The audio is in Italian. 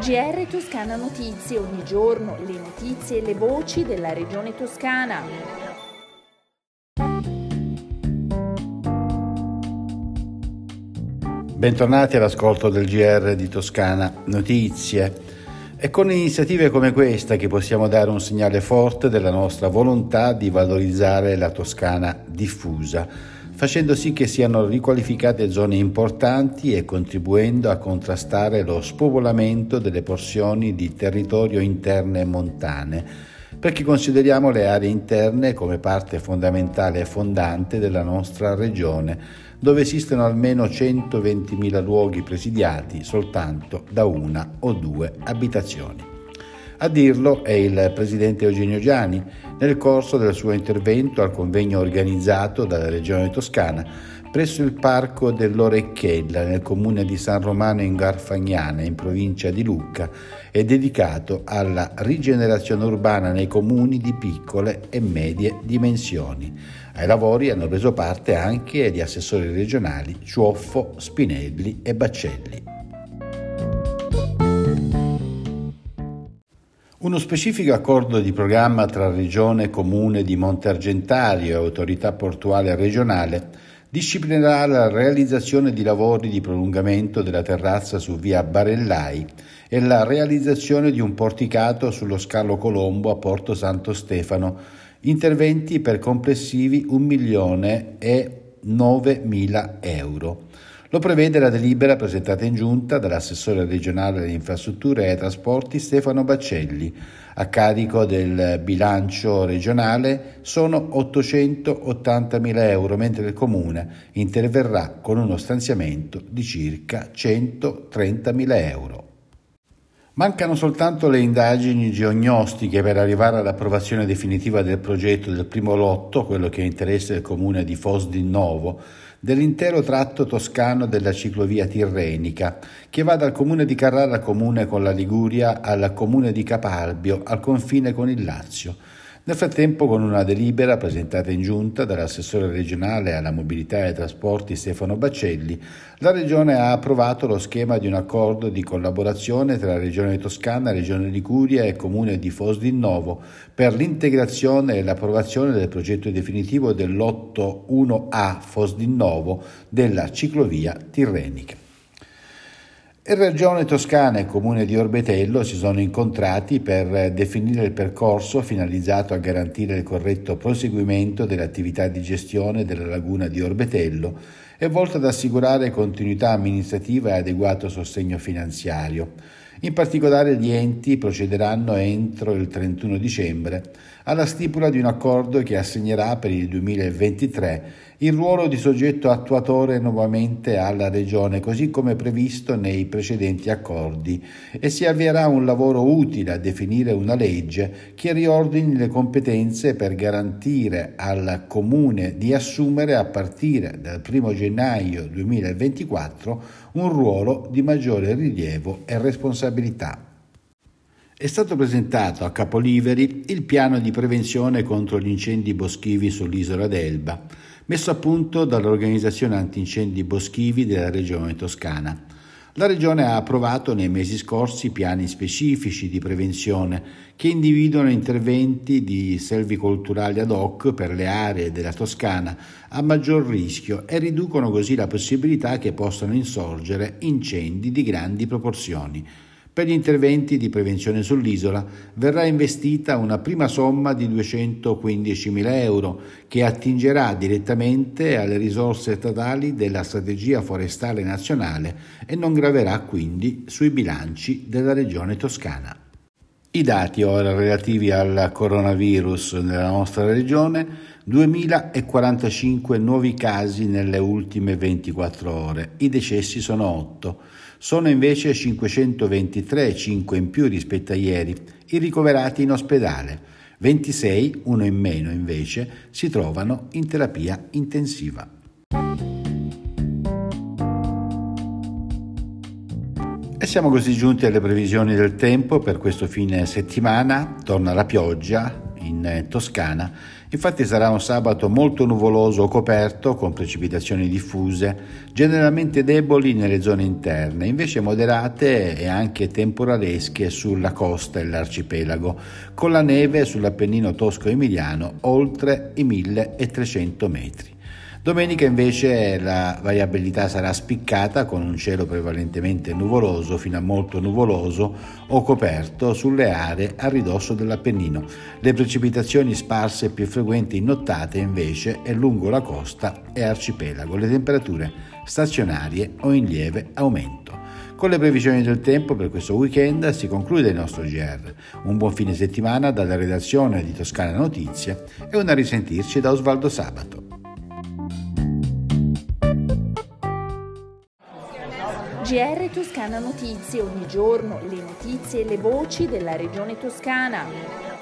GR Toscana Notizie, ogni giorno le notizie e le voci della regione toscana. Bentornati all'ascolto del GR di Toscana Notizie. È con iniziative come questa che possiamo dare un segnale forte della nostra volontà di valorizzare la Toscana diffusa, facendo sì che siano riqualificate zone importanti e contribuendo a contrastare lo spopolamento delle porzioni di territorio interne e montane, perché consideriamo le aree interne come parte fondamentale e fondante della nostra regione, dove esistono almeno 120.000 luoghi presidiati soltanto da una o due abitazioni. A dirlo è il presidente Eugenio Giani nel corso del suo intervento al convegno organizzato dalla Regione Toscana presso il Parco dell'Orecchiella nel comune di San Romano in Garfagnana, in provincia di Lucca, e dedicato alla rigenerazione urbana nei comuni di piccole e medie dimensioni. Ai lavori hanno preso parte anche gli assessori regionali Ciuoffo, Spinelli e Baccelli. Uno specifico accordo di programma tra Regione, Comune di Monte Argentario e Autorità Portuale Regionale disciplinerà la realizzazione di lavori di prolungamento della terrazza su via Barellai e la realizzazione di un porticato sullo scalo Colombo a Porto Santo Stefano, interventi per complessivi 1.009.000 euro. Lo prevede la delibera presentata in giunta dall'assessore regionale alle infrastrutture e ai trasporti Stefano Baccelli. A carico del bilancio regionale sono 880.000 euro, mentre il Comune interverrà con uno stanziamento di circa 130.000 euro. Mancano soltanto le indagini geognostiche per arrivare all'approvazione definitiva del progetto del primo lotto, quello che interessa il comune di Fosdinnovo, dell'intero tratto toscano della ciclovia tirrenica, che va dal comune di Carrara, comune con la Liguria, al comune di Capalbio, al confine con il Lazio. Nel frattempo, con una delibera presentata in giunta dall'assessore regionale alla mobilità e ai trasporti Stefano Baccelli, la Regione ha approvato lo schema di un accordo di collaborazione tra Regione Toscana, Regione Liguria e Comune di Fosdinnovo per l'integrazione e l'approvazione del progetto definitivo del lotto 1A Fosdinnovo della ciclovia tirrenica. Regione Toscana e Comune di Orbetello si sono incontrati per definire il percorso finalizzato a garantire il corretto proseguimento delle attività di gestione della laguna di Orbetello e volto ad assicurare continuità amministrativa e adeguato sostegno finanziario. In particolare gli enti procederanno entro il 31 dicembre alla stipula di un accordo che assegnerà per il 2023 il ruolo di soggetto attuatore nuovamente alla Regione, così come previsto nei precedenti accordi, e si avvierà un lavoro utile a definire una legge che riordini le competenze per garantire al Comune di assumere a partire dal 1 gennaio 2024 un ruolo di maggiore rilievo e responsabilità. È stato presentato a Capoliveri il piano di prevenzione contro gli incendi boschivi sull'isola d'Elba, messo a punto dall'Organizzazione Antincendi Boschivi della Regione Toscana. La Regione ha approvato nei mesi scorsi piani specifici di prevenzione che individuano interventi di selvicolturali ad hoc per le aree della Toscana a maggior rischio e riducono così la possibilità che possano insorgere incendi di grandi proporzioni. Per gli interventi di prevenzione sull'isola verrà investita una prima somma di 215.000 euro che attingerà direttamente alle risorse statali della Strategia Forestale Nazionale e non graverà quindi sui bilanci della Regione Toscana. I dati ora relativi al coronavirus nella nostra regione: 2.045 nuovi casi nelle ultime 24 ore, i decessi sono 8. Sono invece 523, 5 in più rispetto a ieri, i ricoverati in ospedale. 26, uno in meno invece, si trovano in terapia intensiva. E siamo così giunti alle previsioni del tempo per questo fine settimana. Torna la pioggia in Toscana Infatti sarà un sabato molto nuvoloso o coperto, con precipitazioni diffuse, generalmente deboli nelle zone interne, invece moderate e anche temporalesche sulla costa e l'arcipelago, con la neve sull'Appennino tosco-emiliano oltre i 1300 metri. Domenica invece la variabilità sarà spiccata, con un cielo prevalentemente nuvoloso fino a molto nuvoloso o coperto sulle aree a ridosso dell'Appennino. Le precipitazioni sparse più frequenti in nottate invece è lungo la costa e arcipelago. Le temperature stazionarie o in lieve aumento. Con le previsioni del tempo per questo weekend si conclude il nostro GR. Un buon fine settimana dalla redazione di Toscana Notizie e una risentirci da Osvaldo Sabato. GR Toscana Notizie, ogni giorno le notizie e le voci della regione toscana.